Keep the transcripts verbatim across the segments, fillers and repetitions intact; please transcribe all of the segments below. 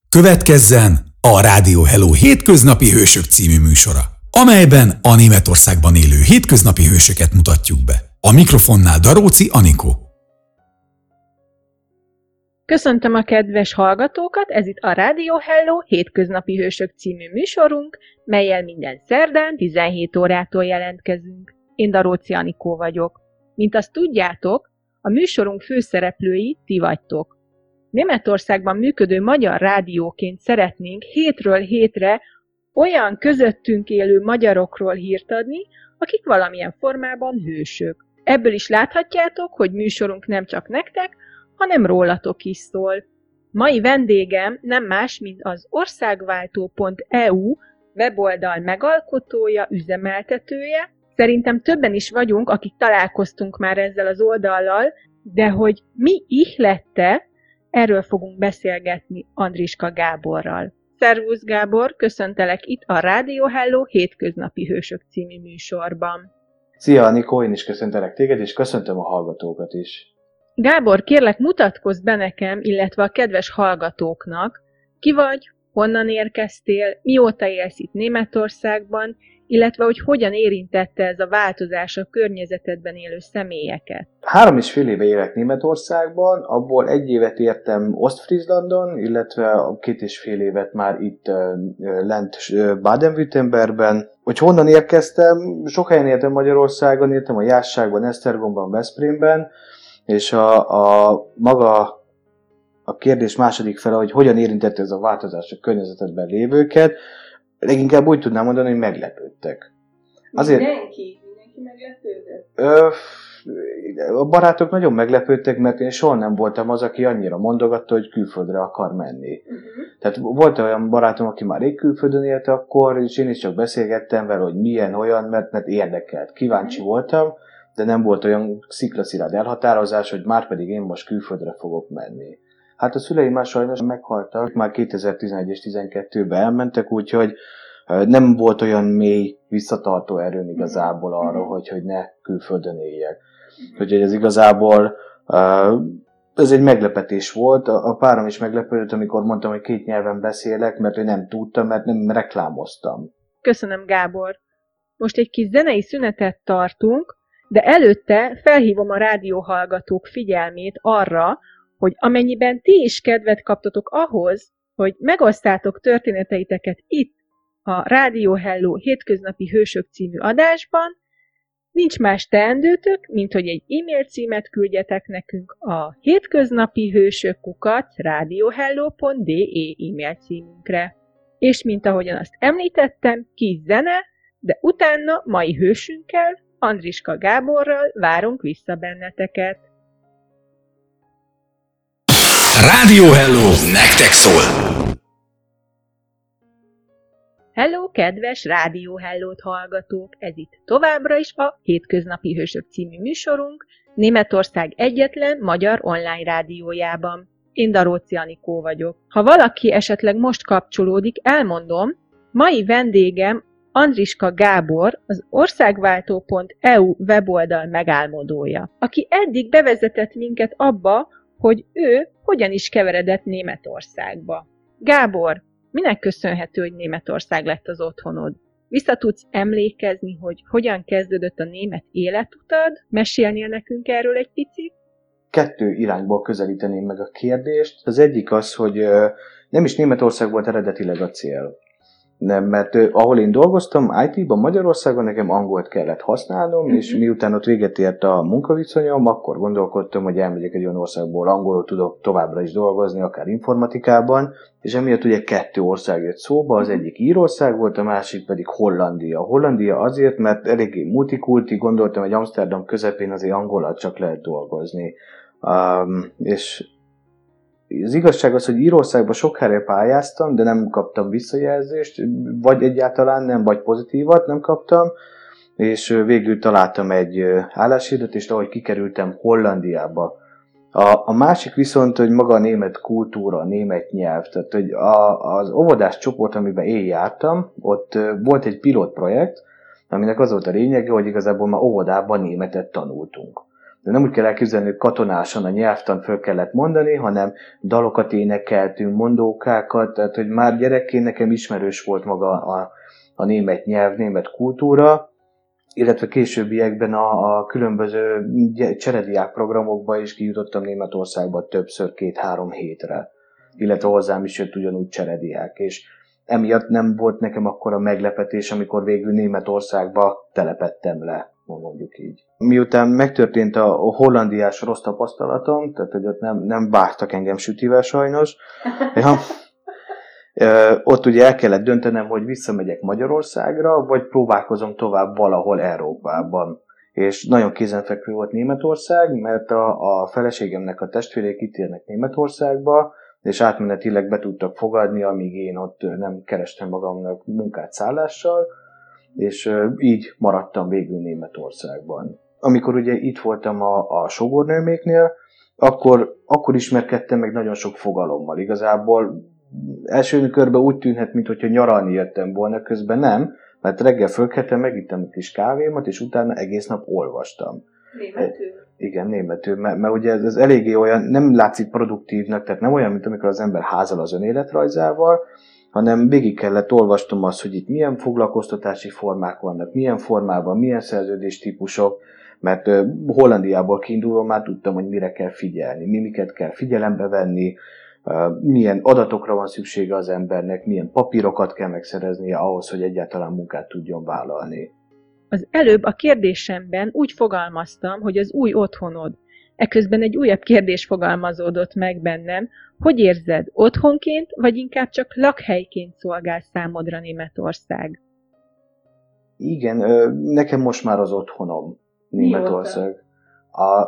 Következzen a Rádió Hello Hétköznapi Hősök című műsora, amelyben a Németországban élő hétköznapi hősöket mutatjuk be. A mikrofonnál Daróci Anikó. Köszöntöm a kedves hallgatókat, ez itt a Rádió Hello Hétköznapi Hősök című műsorunk, mellyel minden szerdán tizenhét órától jelentkezünk. Én Daróci Anikó vagyok. Mint azt tudjátok, a műsorunk főszereplői ti vagytok. Németországban működő magyar rádióként szeretnénk hétről hétre olyan közöttünk élő magyarokról hírt adni, akik valamilyen formában hősök. Ebből is láthatjátok, hogy műsorunk nem csak nektek, hanem rólatok is szól. Mai vendégem nem más, mint az országváltó pont e u weboldal megalkotója, üzemeltetője. Szerintem többen is vagyunk, akik találkoztunk már ezzel az oldallal, de hogy mi ihlette, erről fogunk beszélgetni Andriska Gáborral. Szervusz Gábor, köszöntelek itt a Rádió Hello Hétköznapi Hősök című műsorban. Szia Anikó, én is köszöntelek téged, és köszöntöm a hallgatókat is. Gábor, kérlek mutatkozz be nekem, illetve a kedves hallgatóknak. Ki vagy, honnan érkeztél, mióta élsz itt Németországban, illetve hogy hogyan érintette ez a változás a környezetedben élő személyeket? Három és fél éve élek Németországban, abból egy évet értem Ostfrieslandon, illetve két és fél évet már itt lent Baden-Württembergben. Hogy honnan érkeztem, sok helyen éltem Magyarországon, éltem a Jásságban, Esztergomban, Veszprémben, és a, a maga a kérdés második fele, hogy hogyan érintette ez a változás a környezetedben lévőket, leginkább úgy tudnám mondani, hogy meglepődtek. Azért, mindenki? Mindenki meglepődött? Ö, a barátok nagyon meglepődtek, mert én soha nem voltam az, aki annyira mondogatta, hogy külföldre akar menni. Uh-huh. Tehát volt olyan barátom, aki már rég külföldön élt akkor, és én is csak beszélgettem vele, hogy milyen olyan, mert, mert érdekelt. Kíváncsi uh-huh. voltam, de nem volt olyan sziklaszilárd elhatározás, hogy már pedig én most külföldre fogok menni. Hát a szüleim már sajnos meghaltak, már kétezer-tizenegy és tizenkettőben elmentek, úgyhogy nem volt olyan mély visszatartó erőm igazából arra, hogy, hogy ne külföldön éljek. Úgyhogy ez igazából ez egy meglepetés volt. A párom is meglepődött, amikor mondtam, hogy két nyelven beszélek, mert ő nem tudta, mert nem reklámoztam. Köszönöm, Gábor. Most egy kis zenei szünetet tartunk, de előtte felhívom a rádióhallgatók figyelmét arra, hogy amennyiben ti is kedvet kaptatok ahhoz, hogy megosztátok történeteiteket itt a Rádió Hello Hétköznapi Hősök című adásban, nincs más teendőtök, mint hogy egy e-mail címet küldjetek nekünk a hétköznapihősök kukac radiohello pont de e-mail címünkre. És mint ahogyan azt említettem, kis zene, de utána mai hősünkkel, Andriska Gáborral várunk vissza benneteket. Rádió Hello nektek szól! Hello, kedves Rádió Hellót hallgatók! Ez itt továbbra is a Hétköznapi Hősök című műsorunk, Németország egyetlen magyar online rádiójában. Én Daróci Anikó vagyok. Ha valaki esetleg most kapcsolódik, elmondom, mai vendégem Andriska Gábor, az országváltó pont e u weboldal megálmodója, aki eddig bevezetett minket abba, hogy ő hogyan is keveredett Németországba. Gábor, minek köszönhető, hogy Németország lett az otthonod? Vissza tudsz emlékezni, hogy hogyan kezdődött a német életutad? Mesélnél nekünk erről egy picit? Kettő irányból közelíteném meg a kérdést. Az egyik az, hogy nem is Németország volt eredetileg a cél. Nem, mert uh, ahol én dolgoztam, í té-ban Magyarországon nekem angolt kellett használnom, mm-hmm. és miután ott véget ért a munkaviszonyom, akkor gondolkodtam, hogy elmegyek egy olyan országból, angolul tudok továbbra is dolgozni, akár informatikában, és emiatt ugye kettő ország jött szóba, az egyik Írország volt, a másik pedig Hollandia. Hollandia azért, mert eléggé multikulti, gondoltam, hogy Amsterdam közepén azért angollal csak lehet dolgozni. Um, és az igazság az, hogy Írországban sok helyre pályáztam, de nem kaptam visszajelzést, vagy egyáltalán nem, vagy pozitívat nem kaptam, és végül találtam egy álláshirdetést, ahogy kikerültem Hollandiába. A, a másik viszont, hogy maga a német kultúra, a német nyelv, tehát hogy a, az óvodás csoport, amiben én jártam, ott volt egy pilotprojekt, aminek az volt a lényege, hogy igazából már óvodában németet tanultunk. De nem úgy kell elképzelni, hogy katonásan a nyelvtan föl kellett mondani, hanem dalokat énekeltünk, mondókákat, tehát hogy már gyerekként nekem ismerős volt maga a, a német nyelv, német kultúra, illetve későbbiekben a, a különböző cserediák programokba is kijutottam Németországba többször két-három hétre, illetve hozzám is jött ugyanúgy cserediák, és emiatt nem volt nekem akkora meglepetés, amikor végül Németországba telepedtem le, mondjuk így. Miután megtörtént a hollandiás rossz tapasztalatom, tehát hogy ott nem, nem vártak engem sütivel sajnos, ja, ott ugye el kellett döntenem, hogy visszamegyek Magyarországra, vagy próbálkozom tovább valahol Európában. És nagyon kézenfekvő volt Németország, mert a, a feleségemnek a testvérék itt élnek Németországba, és átmenetileg be tudtak fogadni, amíg én ott nem kerestem magamnak munkát szállással, és így maradtam végül Németországban. Amikor ugye itt voltam a, a sógornőméknél, akkor, akkor ismerkedtem meg nagyon sok fogalommal. Igazából első körben úgy tűnhet, mintha nyaralni jöttem volna, közben nem, mert reggel fölkeltem, megittem egy kis kávémat, és utána egész nap olvastam. Németül? Igen, németül, mert, mert ugye ez, ez eléggé olyan, nem látszik produktívnak, tehát nem olyan, mint amikor az ember házal az önéletrajzával, hanem végig kellett olvastam azt, hogy itt milyen foglalkoztatási formák vannak, milyen formában, milyen szerződéstípusok, mert uh, Hollandiából kiindulva már tudtam, hogy mire kell figyelni, mi miket kell figyelembe venni, uh, milyen adatokra van szüksége az embernek, milyen papírokat kell megszereznie ahhoz, hogy egyáltalán munkát tudjon vállalni. Az előbb a kérdésemben úgy fogalmaztam, hogy az új otthonod. Eközben egy újabb kérdés fogalmazódott meg bennem, hogy érzed, otthonként, vagy inkább csak lakhelyként szolgál számodra Németország? Igen, nekem most már az otthonom Németország. A,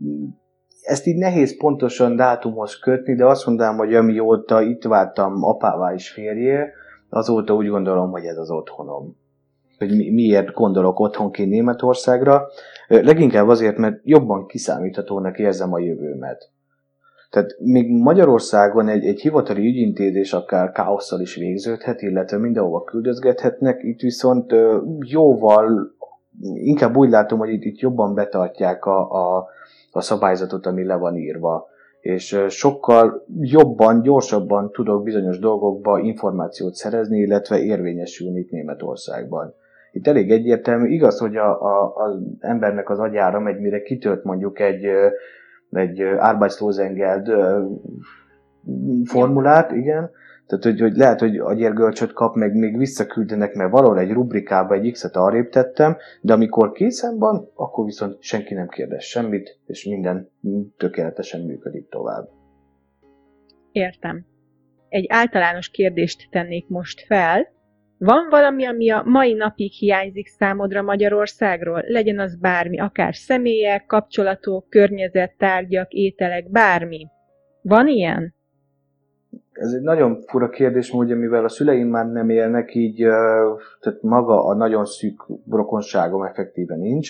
ezt így nehéz pontosan dátumhoz kötni, de azt mondanám, hogy amióta itt váltam apává és férjé, azóta úgy gondolom, hogy ez az otthonom. Hogy mi, miért gondolok otthonként Németországra. Leginkább azért, mert jobban kiszámíthatónak érzem a jövőmet. Tehát még Magyarországon egy, egy hivatali ügyintézés akár káosszal is végződhet, illetve mindenhova küldözgethetnek, itt viszont jóval, inkább úgy látom, hogy itt, itt jobban betartják a, a, a szabályzatot, ami le van írva. És sokkal jobban, gyorsabban tudok bizonyos dolgokba információt szerezni, illetve érvényesülni itt Németországban. Itt elég egyértelmű, igaz, hogy a, a, az embernek az agyára megy, mire kitölt mondjuk egy, egy Arbeitslosengeld formulát, igen, tehát hogy, hogy lehet, hogy agyérgölcsöt kap, meg még visszaküldenek, mert valahol egy rubrikába egy X-et arrébb tettem, de amikor készen van, akkor viszont senki nem kérdez semmit, és minden tökéletesen működik tovább. Értem. Egy általános kérdést tennék most fel. Van valami, ami a mai napig hiányzik számodra Magyarországról? Legyen az bármi, akár személyek, kapcsolatok, környezet, tárgyak, ételek, bármi. Van ilyen? Ez egy nagyon fura kérdés, ugye, mivel a szüleim már nem élnek, így tehát maga a nagyon szűk rokonságom effektíven nincs.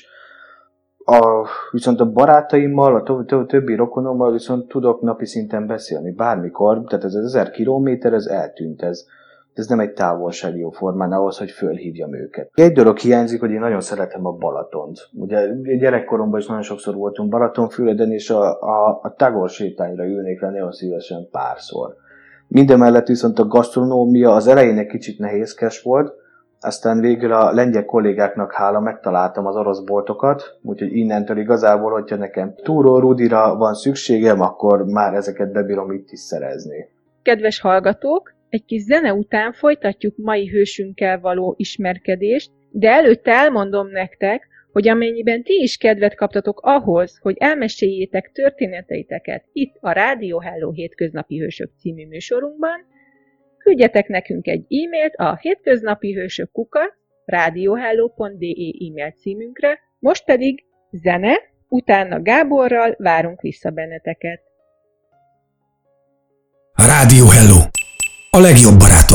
A, viszont a barátaimmal, a többi rokonommal viszont tudok napi szinten beszélni bármikor, tehát ez az ezer kilométer, ez eltűnt, ez, ez nem egy távolsági jó formán ahhoz, hogy fölhívjam őket. Egy dolog hiányzik, hogy én nagyon szeretem a Balatont. Ugye gyerekkoromban is nagyon sokszor voltunk Balatonfüreden, és a, a, a tagol sétányra ülnék le nagyon szívesen párszor. Mindemellett viszont a gasztronómia az elején egy kicsit nehézkes volt, aztán végül a lengyel kollégáknak hála megtaláltam az orosz boltokat, úgyhogy innentől igazából, hogyha nekem túró rudira van szükségem, akkor már ezeket bebírom itt is szerezni. Kedves hallgatók, egy kis zene után folytatjuk mai hősünkkel való ismerkedést, de előtte elmondom nektek, hogy amennyiben ti is kedvet kaptatok ahhoz, hogy elmeséljétek történeteiteket itt a Rádió Hello Hétköznapi Hősök című műsorunkban, küldjetek nekünk egy e-mailt a hétköznapihősök kukac radiohello pont de e-mail címünkre, most pedig zene, utána Gáborral várunk vissza benneteket. Rádió Hello, a legjobb barátod!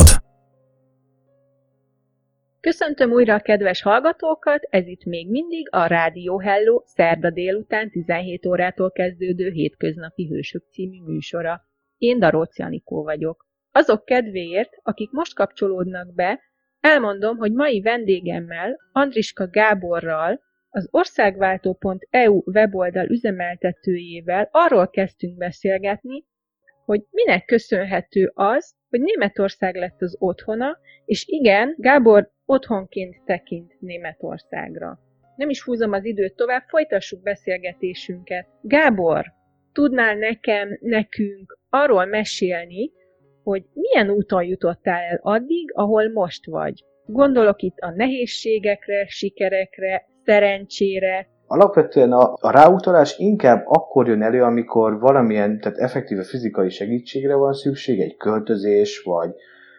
Köszöntöm újra a kedves hallgatókat, ez itt még mindig a Rádió Hello szerda délután tizenhét órától kezdődő Hétköznapi Hősök című műsora. Én Daróczi Anikó vagyok. Azok kedvéért, akik most kapcsolódnak be, elmondom, hogy mai vendégemmel, Andriska Gáborral Az országváltó pont e u weboldal üzemeltetőjével arról kezdtünk beszélgetni, hogy minek köszönhető az, hogy Németország lett az otthona, és igen, Gábor otthonként tekint Németországra. Nem is húzom az időt tovább, folytassuk beszélgetésünket. Gábor, tudnál nekem, nekünk arról mesélni, hogy milyen úton jutottál el addig, ahol most vagy? Gondolok itt a nehézségekre, sikerekre, szerencsére. Alapvetően a, a ráutalás inkább akkor jön elő, amikor valamilyen, tehát effektíve fizikai segítségre van szükség, egy költözés, vagy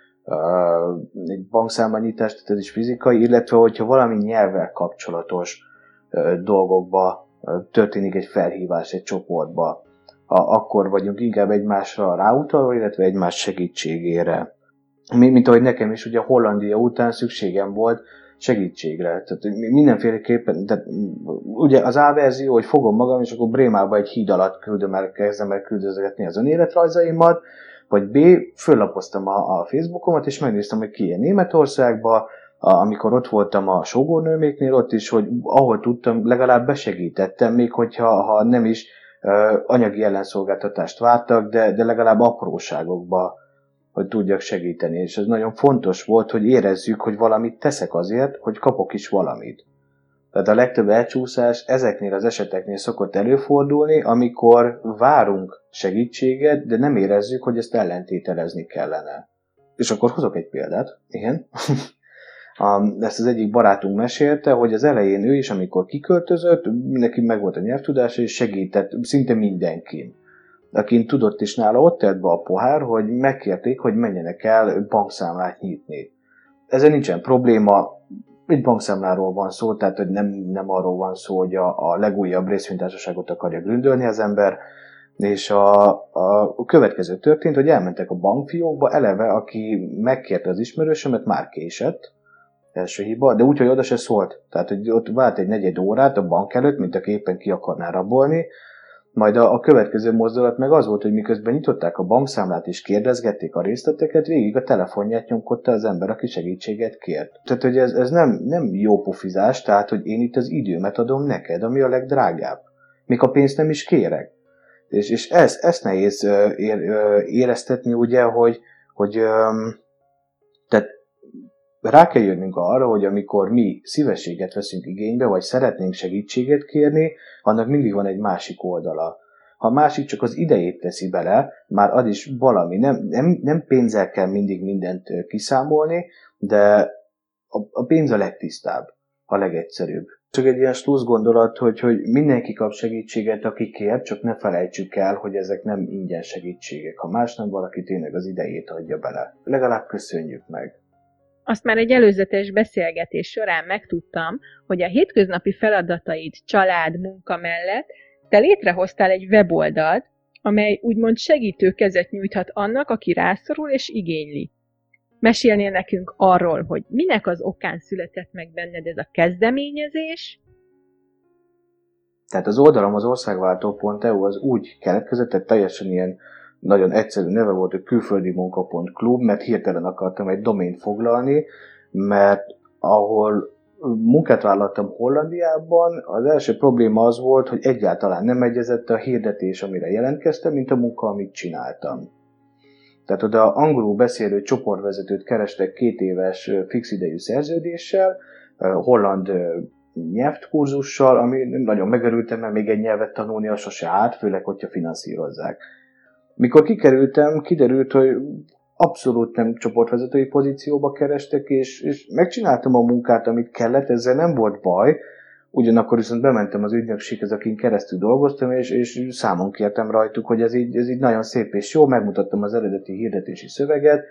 uh, egy bankszámlanyítás, tehát ez is fizikai, illetve hogyha valami nyelvvel kapcsolatos uh, dolgokba uh, történik egy felhívás egy csoportba, a, akkor vagyunk inkább egymásra ráutalva, illetve egymás segítségére. Mint ahogy nekem is, ugye Hollandia után szükségem volt segítségre. Tehát mindenféleképpen, tehát ugye az A verzió, hogy fogom magam, és akkor Brémába egy híd alatt küldöm el, kezdem el küldözgetni az önéletrajzaimat, vagy B, föllapoztam a, a Facebookomat, és megnéztem, hogy ki ilyen Németországba, amikor ott voltam a sógornőméknél, ott is, hogy ahol tudtam, legalább besegítettem, még hogyha ha nem is uh, anyagi ellenszolgáltatást vártak, de, de legalább apróságokba, hogy tudjak segíteni, és ez nagyon fontos volt, hogy érezzük, hogy valamit teszek azért, hogy kapok is valamit. Tehát a legtöbb elcsúszás ezeknél az eseteknél szokott előfordulni, amikor várunk segítséget, de nem érezzük, hogy ezt ellentételezni kellene. És akkor hozok egy példát. Igen. Ezt az egyik barátunk mesélte, hogy az elején ő is, amikor kiköltözött, neki megvolt a nyelvtudása, és segített szinte mindenkin. Akin tudott is nála, ott tett be a pohár, hogy megkérték, hogy menjenek el bankszámlát nyitni. Ezzel nincsen probléma, egy bankszámláról van szó, tehát hogy nem, nem arról van szó, hogy a, a legújabb részvénytársaságot akarja gründölni az ember, és a, a, a következő történt, hogy elmentek a bankfiókba, eleve, aki megkérte az ismerősömet, már késett, első hiba, de úgy, hogy oda se szólt. Tehát, hogy ott vált egy negyed órát a bank előtt, mint aki éppen ki akarná rabolni. Majd a, a következő mozdulat meg az volt, hogy miközben nyitották a bankszámlát és kérdezgették a részleteket, végig a telefonját nyomkodta az ember, aki segítséget kért. Tehát, hogy ez, ez nem, nem jó pofizás, tehát, hogy én itt az időmet adom neked, ami a legdrágább. Még a pénzt nem is kérek. És, és ez, ezt nehéz ér, éreztetni, ugye, hogy, hogy tehát rá kell jönnünk arra, hogy amikor mi szívességet veszünk igénybe, vagy szeretnénk segítséget kérni, annak mindig van egy másik oldala. Ha a másik csak az idejét teszi bele, már az is valami. Nem, nem, nem pénzzel kell mindig mindent kiszámolni, de a, a pénz a legtisztább, a legegyszerűbb. Csak egy ilyen slusz gondolat, hogy, hogy mindenki kap segítséget, aki kér, csak ne felejtsük el, hogy ezek nem ingyen segítségek. Ha más nem, valaki tényleg az idejét adja bele. Legalább köszönjük meg. Azt már egy előzetes beszélgetés során megtudtam, hogy a hétköznapi feladataid, család, munka mellett te létrehoztál egy weboldalt, amely úgymond segítő kezet nyújthat annak, aki rászorul és igényli. Mesélnél nekünk arról, hogy minek az okán született meg benned ez a kezdeményezés? Tehát az oldalam az országváltó pont e u az úgy keletkezett, tehát teljesen ilyen nagyon egyszerű neve volt, hogy külföldi munka pont klub, mert hirtelen akartam egy domént foglalni, mert ahol munkát vállaltam Hollandiában, az első probléma az volt, hogy egyáltalán nem egyezett a hirdetés, amire jelentkeztem, mint a munka, amit csináltam. Tehát oda angolul beszélő csoportvezetőt kerestek két éves fix idejű szerződéssel, holland nyelvkurzussal, ami nagyon megörültem, mert még egy nyelvet tanulni az sose árt, főleg, hogyha finanszírozzák. Mikor kikerültem, kiderült, hogy abszolút nem csoportvezetői pozícióba kerestek, és, és megcsináltam a munkát, amit kellett, ezzel nem volt baj, ugyanakkor viszont bementem az ügynökséghez, akin keresztül dolgoztam, és, és számon kértem rajtuk, hogy ez így, ez így nagyon szép és jó, megmutattam az eredeti hirdetési szöveget,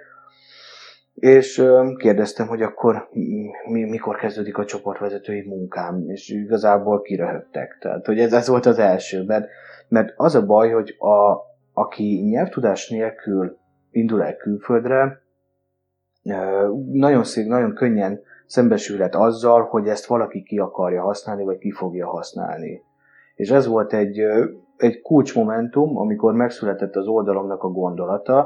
és kérdeztem, hogy akkor mi, mikor kezdődik a csoportvezetői munkám, és igazából kiröhögtek. Tehát, hogy ez, ez volt az első, mert, mert az a baj, hogy a aki nyelvtudás nélkül indul el külföldre, nagyon szép, nagyon könnyen szembesülhet azzal, hogy ezt valaki ki akarja használni, vagy ki fogja használni. És ez volt egy, egy kulcsmomentum, amikor megszületett az oldalomnak a gondolata,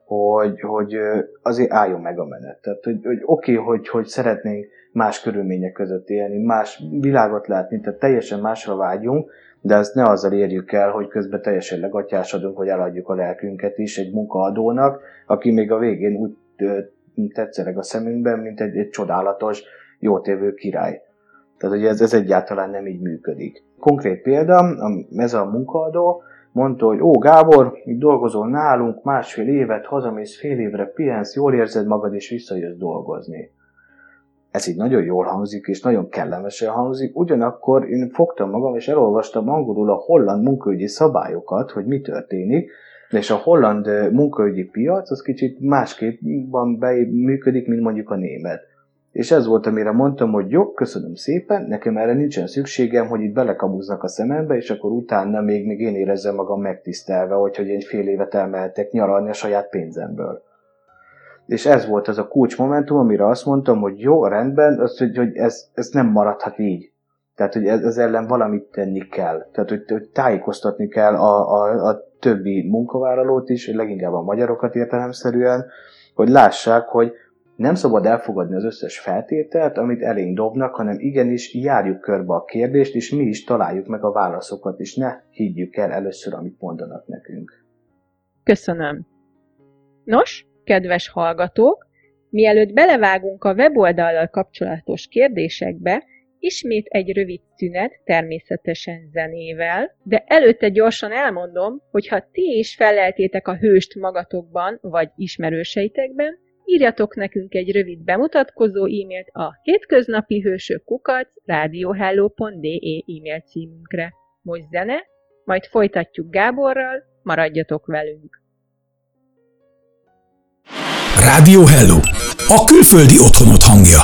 hogy, hogy azért álljon meg a menet. Tehát, hogy, hogy oké, okay, hogy, hogy szeretnénk más körülmények között élni, más világot látni, tehát teljesen másra vágyunk, de ezt ne azzal érjük el, hogy közben teljesen legatyásodunk, hogy eladjuk a lelkünket is egy munkaadónak, aki még a végén úgy tetszeleg a szemünkben, mint egy, egy csodálatos, jótévő király. Tehát ugye ez, ez egyáltalán nem így működik. Konkrét példa, ez a munkaadó mondta, hogy ó Gábor, itt dolgozol nálunk másfél évet, hazamész fél évre, pihensz, jól érzed magad és visszajössz dolgozni. Ez így nagyon jól hangzik, és nagyon kellemesen hangzik, ugyanakkor én fogtam magam, és elolvastam angolul a holland munkaügyi szabályokat, hogy mi történik, és a holland munkaügyi piac az kicsit másképp van be, működik, mint mondjuk a német. És ez volt, amire mondtam, hogy jó, köszönöm szépen, nekem erre nincsen szükségem, hogy itt belekabuznak a szemembe, és akkor utána még, még én érezzem magam megtisztelve, hogy, hogy egy fél évet elmehetek nyaralni a saját pénzemből. És ez volt az a kulcsmomentum, amire azt mondtam, hogy jó, rendben, az, hogy, hogy ez, ez nem maradhat így. Tehát, hogy ez, ez ellen valamit tenni kell. Tehát, hogy, hogy tájékoztatni kell a, a, a többi munkavállalót is, leginkább a magyarokat értelemszerűen, hogy lássák, hogy nem szabad elfogadni az összes feltételt, amit elénk dobnak, hanem igenis járjuk körbe a kérdést, és mi is találjuk meg a válaszokat, és ne higgyük el először, amit mondanak nekünk. Köszönöm. Nos, kedves hallgatók, mielőtt belevágunk a weboldallal kapcsolatos kérdésekbe, ismét egy rövid szünet, természetesen zenével, de előtte gyorsan elmondom, hogy ha ti is felleltétek a hőst magatokban vagy ismerőseitekben, írjatok nekünk egy rövid bemutatkozó e-mailt a hétköznapi hősök kukac radiohello pont de e-mail címünkre. Most zene, majd folytatjuk Gáborral, maradjatok velünk! Rádió Hello, a külföldi otthonot hangja.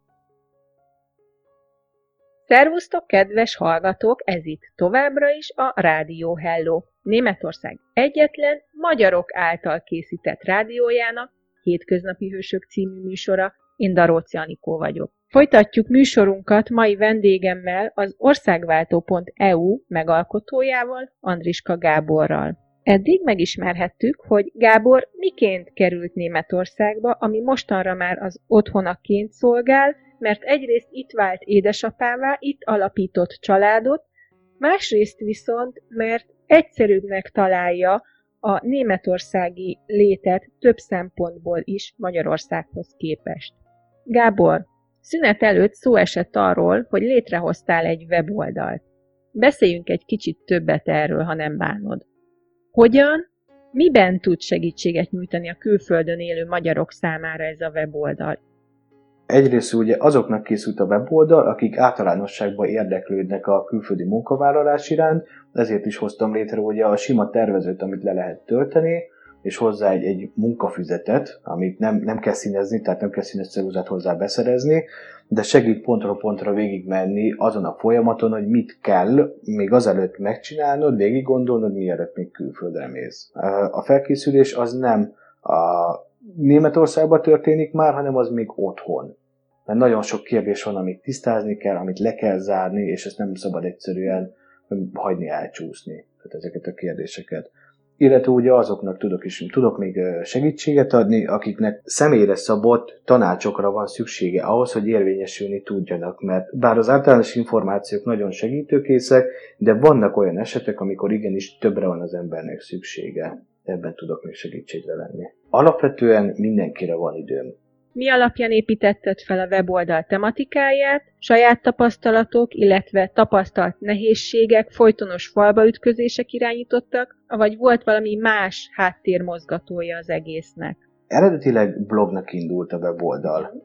Szervusztok, kedves hallgatók, ez itt továbbra is a Rádió Hello, Németország egyetlen magyarok által készített rádiójának Hétköznapi Hősök című műsora. Én Daróci Anikó vagyok. Folytatjuk műsorunkat mai vendégemmel, az országváltó pont e u megalkotójával, Andriska Gáborral. Eddig megismerhettük, hogy Gábor miként került Németországba, ami mostanra már az otthonaként szolgál, mert egyrészt itt vált édesapává, itt alapított családot, másrészt viszont, mert egyszerűbbnek találja a németországi létet több szempontból is Magyarországhoz képest. Gábor, szünet előtt szó esett arról, hogy létrehoztál egy weboldalt. Beszéljünk egy kicsit többet erről, ha nem bánod. Hogyan, miben tud segítséget nyújtani a külföldön élő magyarok számára ez a weboldal? Egyrészt ugye azoknak készült a weboldal, akik általánosságban érdeklődnek a külföldi munkavállalás iránt, ezért is hoztam létre ugye a sima tervezőt, amit le lehet tölteni, és hozzá egy, egy munkafüzetet, amit nem, nem kell színezni, tehát nem kell színes ceruzát hozzá beszerezni, de segít pontról pontra végigmenni azon a folyamaton, hogy mit kell még azelőtt megcsinálnod, végig gondolnod, mielőtt még külföldre mész. A felkészülés az nem a Németországban történik már, hanem az még otthon. Mert nagyon sok kérdés van, amit tisztázni kell, amit le kell zárni, és ezt nem szabad egyszerűen hagyni elcsúszni, tehát ezeket a kérdéseket. Illetve ugye azoknak tudok is, tudok még segítséget adni, akiknek személyre szabott tanácsokra van szüksége ahhoz, hogy érvényesülni tudjanak, mert bár az általános információk nagyon segítőkészek, de vannak olyan esetek, amikor igenis többre van az embernek szüksége. Ebben tudok még segítségre lenni. Alapvetően mindenkire van időm. Mi alapján építetted fel a weboldal tematikáját, saját tapasztalatok, illetve tapasztalt nehézségek, folytonos falbaütközések irányítottak, vagy volt valami más háttérmozgatója az egésznek? Eredetileg blognak indult a weboldal.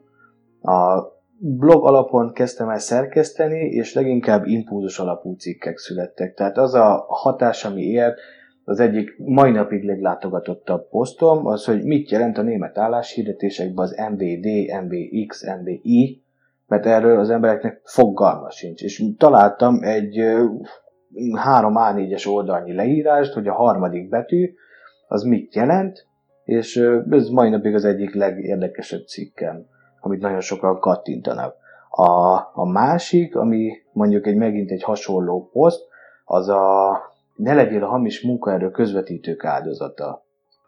A blog alapon kezdtem el szerkeszteni, és leginkább impulzus alapú cikkek születtek. Tehát az a hatás, ami ért, az egyik mai napig leglátogatottabb posztom, az, hogy mit jelent a német álláshirdetésekben az em vé dé, em vé iksz, em vé i, mert erről az embereknek fogalma sincs. És találtam egy három á négyes oldalnyi leírást, hogy a harmadik betű az mit jelent, és ez mai napig az egyik legérdekesebb cikkem, amit nagyon sokan kattintanak. A, a másik, ami mondjuk egy megint egy hasonló poszt, az a ne legyél a hamis munkaerő közvetítők áldozata.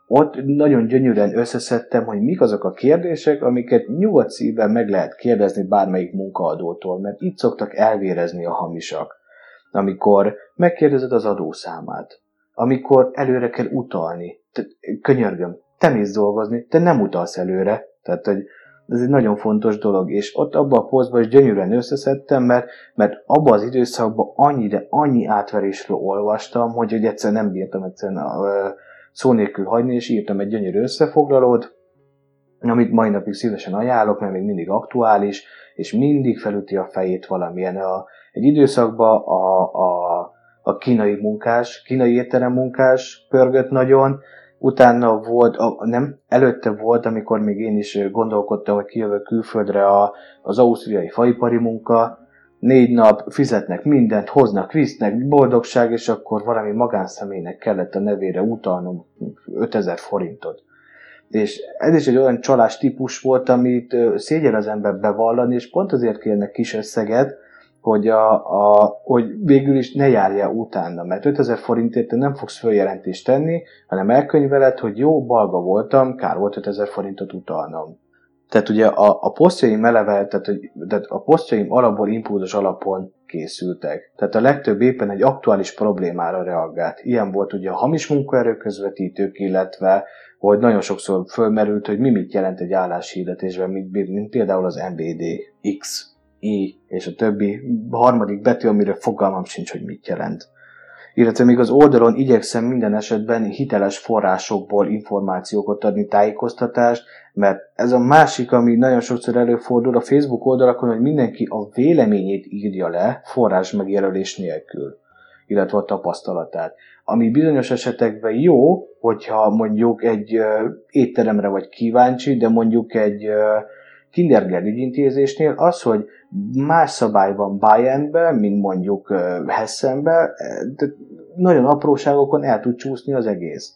ott nagyon gyönyörűen összeszedtem, hogy mik azok a kérdések, amiket nyugodt szívben meg lehet kérdezni bármelyik munkaadótól, mert itt szoktak elvérezni a hamisak. Amikor megkérdezed az adószámát, amikor előre kell utalni, te, könyörgöm, te mész dolgozni, te nem utalsz előre, tehát hogy ez egy nagyon fontos dolog, és ott abban a posztban is gyönyörűen összeszedtem, mert, mert abban az időszakban annyi, de annyi átverésről olvastam, hogy, hogy egyszerűen nem bírtam egyszerűen szó nélkül hagyni, és írtam egy gyönyörű összefoglalót, amit mai napig szívesen ajánlok, mert még mindig aktuális, és mindig felüti a fejét valamilyen. A, egy időszakban a, a, a kínai munkás, kínai étterem munkás pörgött nagyon, utána volt, a, nem, előtte volt, amikor még én is gondolkodtam, hogy kijövök külföldre a, az ausztriai faipari munka, négy nap fizetnek mindent, hoznak, visznek, boldogság, és akkor valami magánszemélynek kellett a nevére utalnom ötezer forintot. És ez is egy olyan csalás típus volt, amit szégyen az ember bevallani, és pont azért kérnek kis összeget, hogy, a, a, hogy végül is ne járja utána, mert ötezer forintért te nem fogsz följelentést tenni, hanem elkönyveled, hogy jó, balga voltam, kár volt ötezer forintot utalnom. Tehát ugye a, a posztjaim eleve, tehát, tehát a posztjaim alapból impulzus alapon készültek. Tehát a legtöbb éppen egy aktuális problémára reagált. Ilyen volt ugye a hamis munkaerő közvetítők, illetve hogy nagyon sokszor fölmerült, hogy mi mit jelent egy álláshirdetésben, mint, mint például az em bé dé, X, I és a többi harmadik betű, amire fogalmam sincs, hogy mit jelent. Illetve még az oldalon igyekszem minden esetben hiteles forrásokból információkat adni, tájékoztatást, mert ez a másik, ami nagyon sokszor előfordul a Facebook oldalakon, hogy mindenki a véleményét írja le forrás megjelölés nélkül, illetve a tapasztalatát. Ami bizonyos esetekben jó, hogyha mondjuk egy uh, étteremre vagy kíváncsi, de mondjuk egy uh, kindergarten ügyintézésnél az, hogy más szabály van Bayernben, mint mondjuk uh, Hessenben, de nagyon apróságokon el tud csúszni az egész.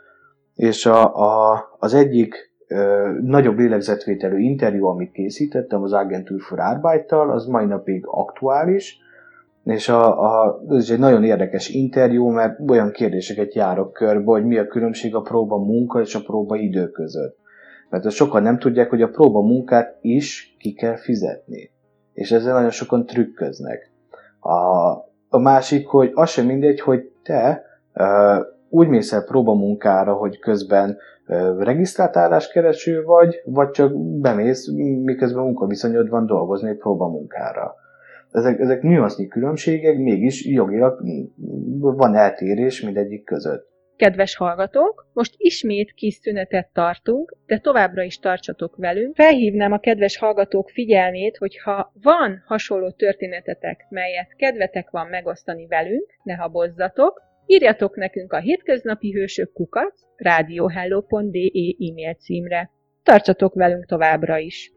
És a, a, az egyik uh, nagyobb lélegzetvételű interjú, amit készítettem az Agentur für Arbeit-tal, az mai napig aktuális, és a, a, ez egy nagyon érdekes interjú, mert olyan kérdéseket járok körbe, hogy mi a különbség a próba munka és a próba idő között. Mert sokan nem tudják, hogy a próba munkát is ki kell fizetni. És ezzel nagyon sokan trükköznek. A, a másik, hogy az sem mindegy, hogy te uh, úgy mész el próbamunkára, hogy közben uh, regisztrált álláskereső vagy, vagy csak bemész, miközben munkaviszonyod van dolgozni egy próbamunkára. Ezek, ezek nüansznyi különbségek, mégis jogilag van eltérés mindegyik között. Kedves hallgatók, most ismét kis szünetet tartunk, de továbbra is tartsatok velünk. Felhívnám a kedves hallgatók figyelmét, hogy ha van hasonló történetetek, melyet kedvetek van megosztani velünk, ne habozzatok, írjatok nekünk a hétköznapi hősök kukac radiohello pont de e-mail címre. Tartsatok velünk továbbra is!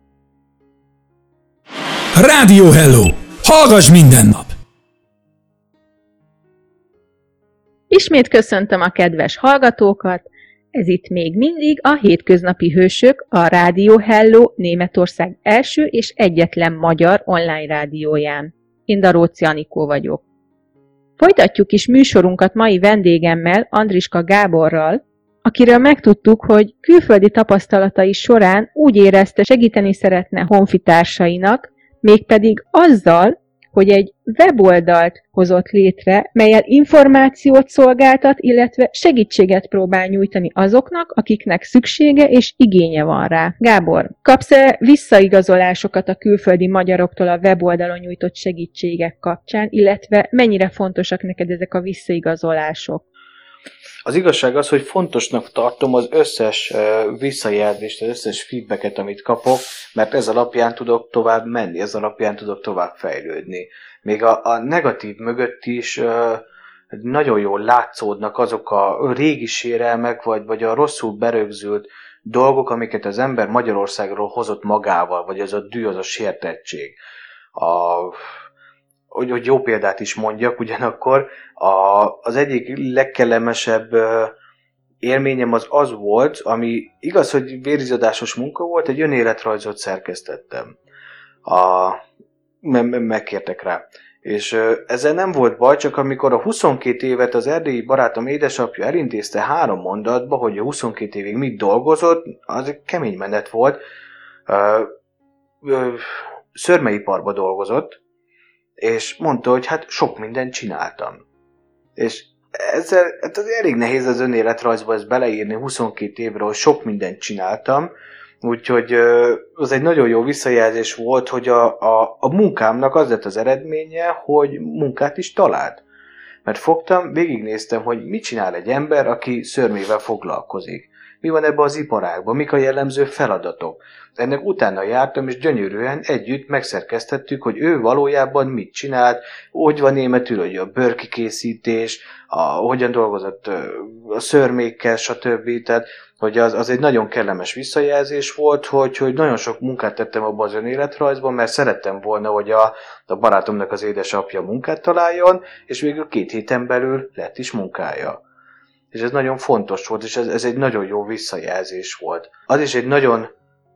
Rádió Hello! Hallgass minden nap! Ismét köszöntöm a kedves hallgatókat, ez itt még mindig a Hétköznapi Hősök, a Rádió Hello Németország első és egyetlen magyar online rádióján. Én Daróczi Anikó vagyok. Folytatjuk is műsorunkat mai vendégemmel, Andriska Gáborral, akiről megtudtuk, hogy külföldi tapasztalatai során úgy érezte, segíteni szeretne honfitársainak, mégpedig azzal, hogy egy weboldalt hozott létre, mellyel információt szolgáltat, illetve segítséget próbál nyújtani azoknak, akiknek szüksége és igénye van rá. Gábor, kapsz-e visszaigazolásokat a külföldi magyaroktól a weboldalon nyújtott segítségek kapcsán, illetve mennyire fontosak neked ezek a visszaigazolások? Az igazság az, hogy fontosnak tartom az összes uh, visszajelzést, az összes feedbacket, amit kapok, mert ez alapján tudok tovább menni, ez alapján tudok tovább fejlődni. Még a, a negatív mögött is uh, nagyon jól látszódnak azok a régi sérelmek, vagy, vagy a rosszul berögzült dolgok, amiket az ember Magyarországról hozott magával, vagy az a dű, az a sértettség. A... Hogy, hogy jó példát is mondjak, ugyanakkor a, az egyik legkellemesebb élményem az az volt, ami igaz, hogy vérizadásos munka volt, egy önéletrajzot szerkesztettem. A, me, me, megkértek rá. És ö, ezzel nem volt baj, csak amikor a huszonkét évet az erdélyi barátom édesapja elintézte három mondatba, hogy a huszonkét évig mit dolgozott, az egy kemény menet volt. Ö, ö, szörmeiparba dolgozott, és mondta, hogy hát sok mindent csináltam. És ezzel hát az elég nehéz az önéletrajzba ezt beleírni huszonkét évre, hogy sok mindent csináltam, úgyhogy az egy nagyon jó visszajelzés volt, hogy a, a, a munkámnak az lett az eredménye, hogy munkát is talált. Mert fogtam, végignéztem, hogy mit csinál egy ember, aki szörmével foglalkozik. Mi van ebben az iparágban, mik a jellemző feladatok. Ennek utána jártam, és gyönyörűen együtt megszerkesztettük, hogy ő valójában mit csinált, hogy van németül, hogy a bőrkikészítés, a, hogyan dolgozott a szörmékkel, stb. Tehát, hogy az, az egy nagyon kellemes visszajelzés volt, hogy, hogy nagyon sok munkát tettem abban az önéletrajzban, mert szerettem volna, hogy a, a barátomnak az édesapja munkát találjon, és végül két héten belül lett is munkája. És ez nagyon fontos volt, és ez, ez egy nagyon jó visszajelzés volt. Az is egy nagyon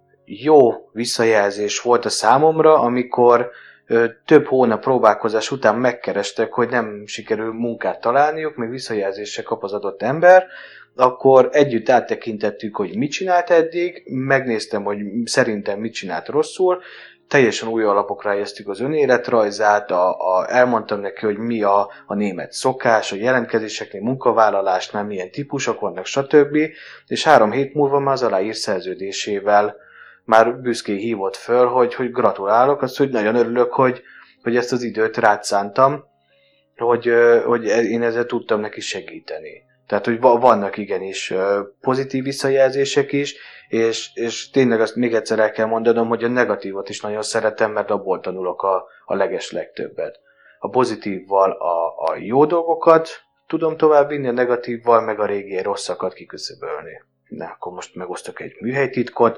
jó visszajelzés volt a számomra, amikor ö, több hónap próbálkozás után megkerestek, hogy nem sikerül munkát találniuk, még visszajelzésre kap az adott ember, akkor együtt áttekintettük, hogy mit csinált eddig, megnéztem, hogy szerintem mit csinált rosszul, teljesen új alapokra helyeztük az önéletrajzát, a, a, elmondtam neki, hogy mi a, a német szokás, a jelentkezéseknél, munkavállalásnál milyen típusok vannak, stb. És három hét múlva már az aláír szerződésével már büszkén hívott föl, hogy, hogy gratulálok, azt, hogy nagyon örülök, hogy, hogy ezt az időt rád szántam, hogy, hogy én ezzel tudtam neki segíteni. Tehát, hogy vannak igenis pozitív visszajelzések is, és, és tényleg azt még egyszer el kell mondanom, hogy a negatívot is nagyon szeretem, mert abból tanulok a, a leges legtöbbet. A pozitívval a, a jó dolgokat tudom továbbvinni, a negatívval meg a régi rosszakat kiküszöbölni. Na, akkor most megosztok egy műhelytitkot,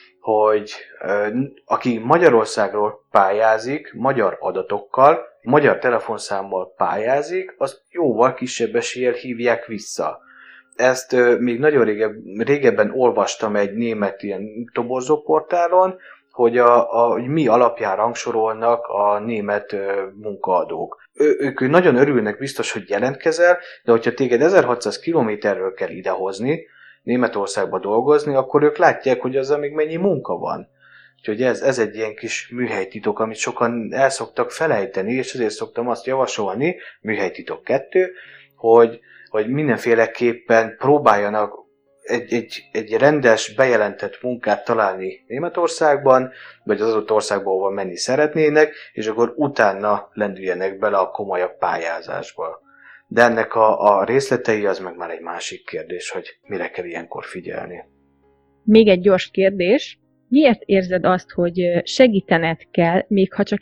hogy ö, aki Magyarországról pályázik, magyar adatokkal, magyar telefonszámmal pályázik, azt jóval kisebb eséllyel hívják vissza. Ezt ö, még nagyon rége, régebben olvastam egy német ilyen toborzóportálon, hogy a, a, hogy mi alapján rangsorolnak a német ö, munkaadók. Ő, ők nagyon örülnek biztos, hogy jelentkezel, de hogyha téged ezerhatszáz kilométerről kell idehozni, Németországba dolgozni, akkor ők látják, hogy azzal még mennyi munka van. Úgyhogy ez, ez egy ilyen kis műhelytitok, amit sokan el szoktak felejteni, és ezért szoktam azt javasolni, műhelytitok kettő, hogy, hogy mindenféleképpen próbáljanak egy, egy, egy rendes, bejelentett munkát találni Németországban, vagy az adott országba, ahol menni szeretnének, és akkor utána lendüljenek bele a komolyabb pályázásba. De ennek a, a részletei az meg már egy másik kérdés, hogy mire kell ilyenkor figyelni. Még egy gyors kérdés. Miért érzed azt, hogy segítened kell, még ha csak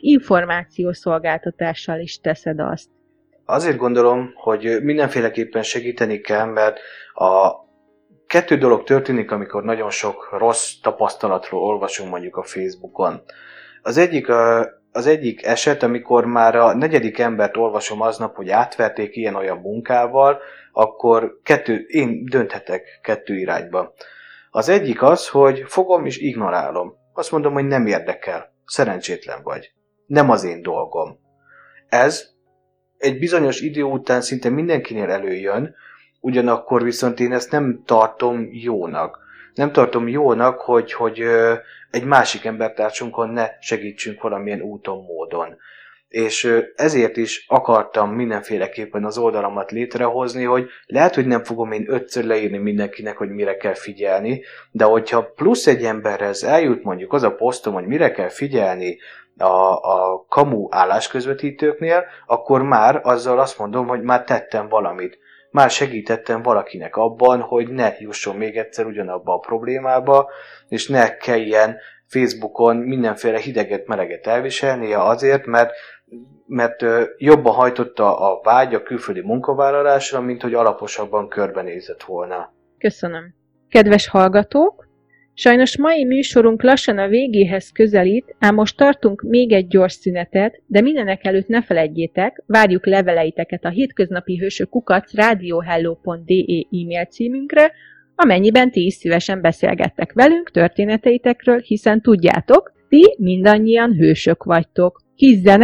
információszolgáltatással is teszed azt? Azért gondolom, hogy mindenféleképpen segíteni kell, mert a kettő dolog történik, amikor nagyon sok rossz tapasztalatról olvasunk mondjuk a Facebookon. Az egyik a Az egyik eset, amikor már a negyedik embert olvasom aznap, hogy átverték ilyen-olyan munkával, akkor kettő, én dönthetek kettő irányba. Az egyik az, hogy fogom és ignorálom. Azt mondom, hogy nem érdekel. Szerencsétlen vagy. Nem az én dolgom. Ez egy bizonyos idő után szinte mindenkinél előjön, ugyanakkor viszont én ezt nem tartom jónak. Nem tartom jónak, hogy, hogy egy másik embertársunkon ne segítsünk valamilyen úton, módon. És ezért is akartam mindenféleképpen az oldalamat létrehozni, hogy lehet, hogy nem fogom én ötször leírni mindenkinek, hogy mire kell figyelni, de hogyha plusz egy emberhez eljut mondjuk az a posztom, hogy mire kell figyelni a, a kamu állásközvetítőknél, akkor már azzal azt mondom, hogy már tettem valamit. Már segítettem valakinek abban, hogy ne jusson még egyszer ugyanabba a problémába, és ne kelljen Facebookon mindenféle hideget, meleget elviselnie azért, mert, mert jobban hajtotta a vágy a külföldi munkavállalásra, mint hogy alaposabban körbenézett volna. Köszönöm. Kedves hallgatók, sajnos mai műsorunk lassan a végéhez közelít, ám most tartunk még egy gyors szünetet, de mindenek előtt ne feledjétek, várjuk leveleiteket a hétköznapi hősök kukac radiohello pont de e-mail címünkre, amennyiben ti is szívesen beszélgettek velünk történeteitekről, hiszen tudjátok, ti mindannyian hősök vagytok. Kis zene,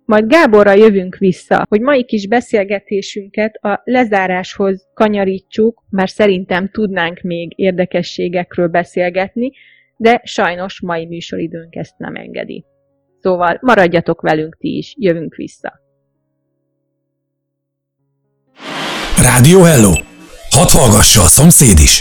Majd Gáborral jövünk vissza, hogy mai kis beszélgetésünket a lezáráshoz kanyarítsuk, már szerintem tudnánk még érdekességekről beszélgetni, de sajnos mai műsoridőnk ezt nem engedi. Szóval maradjatok velünk ti is, jövünk vissza. Rádió Hello! Hadd hallgassa a szomszéd is!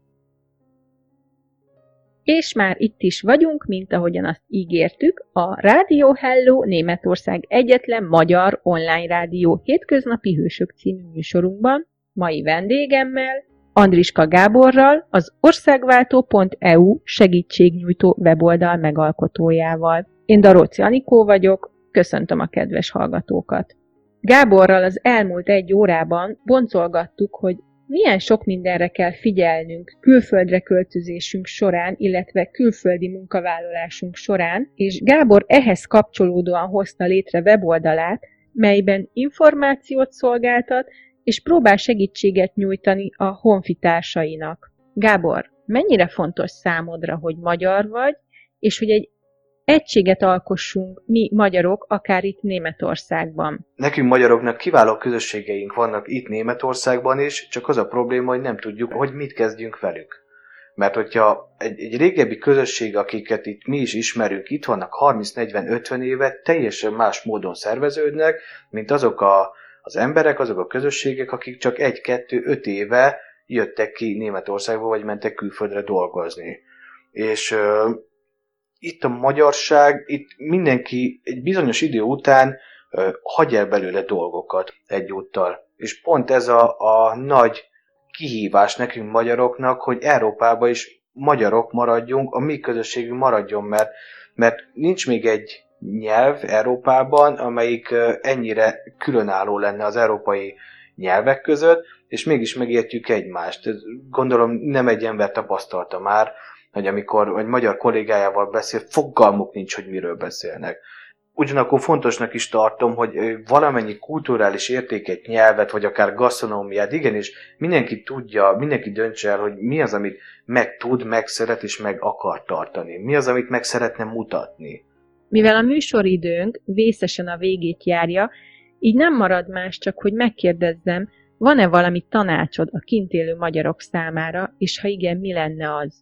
És már itt is vagyunk, mint ahogyan azt ígértük, a Rádió Hello Németország egyetlen magyar online rádió hétköznapi hősök című műsorunkban, mai vendégemmel, Andriska Gáborral, az országváltó pont e u segítségnyújtó weboldal megalkotójával. Én Daróci Anikó vagyok, köszöntöm a kedves hallgatókat. Gáborral az elmúlt egy órában boncolgattuk, hogy milyen sok mindenre kell figyelnünk külföldre költözésünk során, illetve külföldi munkavállalásunk során, és Gábor ehhez kapcsolódóan hozta létre weboldalát, melyben információt szolgáltat, és próbál segítséget nyújtani a honfitársainak. Gábor, mennyire fontos számodra, hogy magyar vagy, és hogy egy egységet alkossunk mi magyarok, akár itt Németországban? Nekünk magyaroknak kiváló közösségeink vannak itt Németországban is, csak az a probléma, hogy nem tudjuk, hogy mit kezdjünk velük. Mert hogyha egy, egy régebbi közösség, akiket itt mi is ismerünk, itt vannak harminc negyven ötven éve, teljesen más módon szerveződnek, mint azok a, az emberek, azok a közösségek, akik csak egy kettő öt éve jöttek ki Németországba, vagy mentek külföldre dolgozni. És uh, itt a magyarság, itt mindenki egy bizonyos idő után uh, hagy el belőle dolgokat egyúttal. És pont ez a, a nagy kihívás nekünk magyaroknak, hogy Európában is magyarok maradjunk, a mi közösségünk maradjon, mert, mert nincs még egy nyelv Európában, amelyik ennyire különálló lenne az európai nyelvek között, és mégis megértjük egymást. Gondolom nem egy ember tapasztalta már, hogy amikor egy magyar kollégájával beszél, fogalmuk nincs, hogy miről beszélnek. Ugyanakkor fontosnak is tartom, hogy valamennyi kulturális értéket, nyelvet, vagy akár gasztronómiát, igenis mindenki tudja, mindenki döntse el, hogy mi az, amit meg tud, meg szeret és meg akar tartani. Mi az, amit meg szeretne mutatni. Mivel a műsoridőnk vészesen a végét járja, így nem marad más, csak hogy megkérdezzem, van-e valami tanácsod a kint élő magyarok számára, és ha igen, mi lenne az?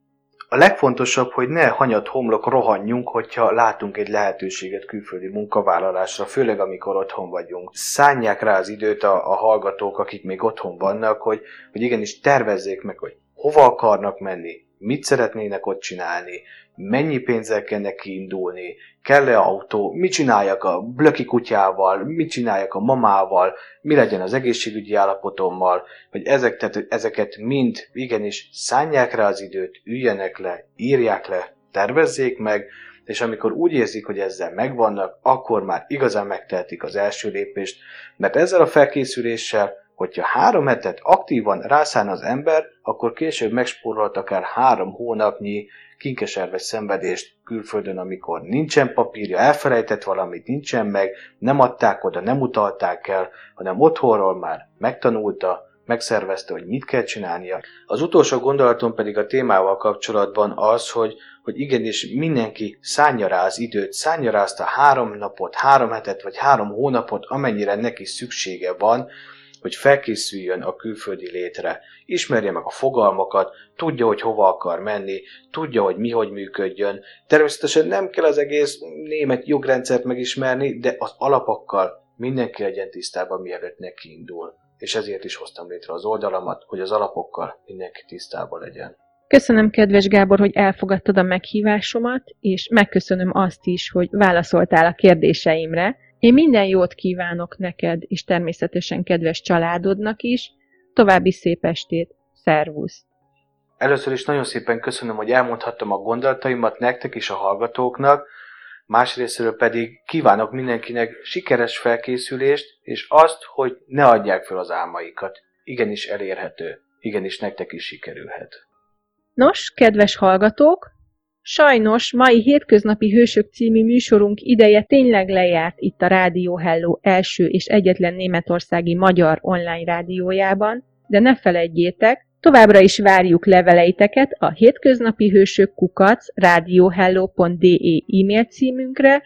A legfontosabb, hogy ne hanyat homlok rohanjunk, hogyha látunk egy lehetőséget külföldi munkavállalásra, főleg amikor otthon vagyunk. Szánják rá az időt a, a hallgatók, akik még otthon vannak, hogy, hogy igenis tervezzék meg, hogy hova akarnak menni, mit szeretnének ott csinálni, mennyi pénzzel kell neki indulni, kell-e autó, mit csináljak a blöki kutyával, mit csináljak a mamával, mi legyen az egészségügyi állapotommal, hogy ezek, tehát ezeket mind igenis szánják rá az időt, üljenek le, írják le, tervezzék meg, és amikor úgy érzik, hogy ezzel megvannak, akkor már igazán megtehetik az első lépést, mert ezzel a felkészüléssel, hogyha három hetet aktívan rászán az ember, akkor később megspórolhat akár három hónapnyi kinkeserves szenvedést külföldön, amikor nincsen papírja, elfelejtett valamit, nincsen meg, nem adták oda, nem utalták el, hanem otthonról már megtanulta, megszervezte, hogy mit kell csinálnia. Az utolsó gondolatom pedig a témával kapcsolatban az, hogy, hogy igenis mindenki szánja rá az időt, szánja rá azt a három napot, három hetet vagy három hónapot, amennyire neki szüksége van, hogy felkészüljön a külföldi létre, ismerje meg a fogalmakat, tudja, hogy hova akar menni, tudja, hogy mi hogy működjön. Természetesen nem kell az egész német jogrendszert megismerni, de az alapokkal mindenki legyen tisztában, mielőtt neki indul. És ezért is hoztam létre az oldalamat, hogy az alapokkal mindenki tisztában legyen. Köszönöm, kedves Gábor, hogy elfogadtad a meghívásomat, és megköszönöm azt is, hogy válaszoltál a kérdéseimre. Én minden jót kívánok neked, és természetesen kedves családodnak is. További szép estét. Szervusz! Először is nagyon szépen köszönöm, hogy elmondhattam a gondolataimat nektek és a hallgatóknak, másrésztről pedig kívánok mindenkinek sikeres felkészülést, és azt, hogy ne adják fel az álmaikat. Igenis elérhető, igenis nektek is sikerülhet. Nos, kedves hallgatók, sajnos mai Hétköznapi Hősök című műsorunk ideje tényleg lejárt itt a Rádió Hello első és egyetlen németországi magyar online rádiójában, de ne feledjétek, továbbra is várjuk leveleiteket a hétköznapihősök kukac radiohello pont de e-mail címünkre,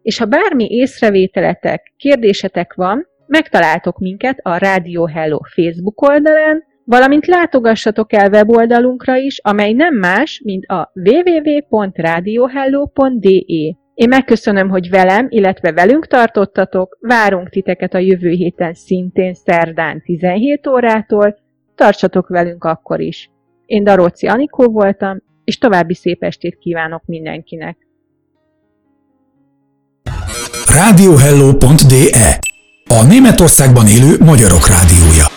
És ha bármi észrevételetek, kérdésetek van, megtaláltok minket a Radio Hello Facebook oldalán, valamint látogassatok el weboldalunkra is, amely nem más, mint a double-u double-u double-u pont radiohello pont d e. Én megköszönöm, hogy velem, illetve velünk tartottatok, várunk titeket a jövő héten szintén szerdán tizenhét órától, tartsatok velünk akkor is. Én Daróci Anikó voltam, és további szép estét kívánok mindenkinek. radiohello pont d e. A Németországban élő magyarok rádiója.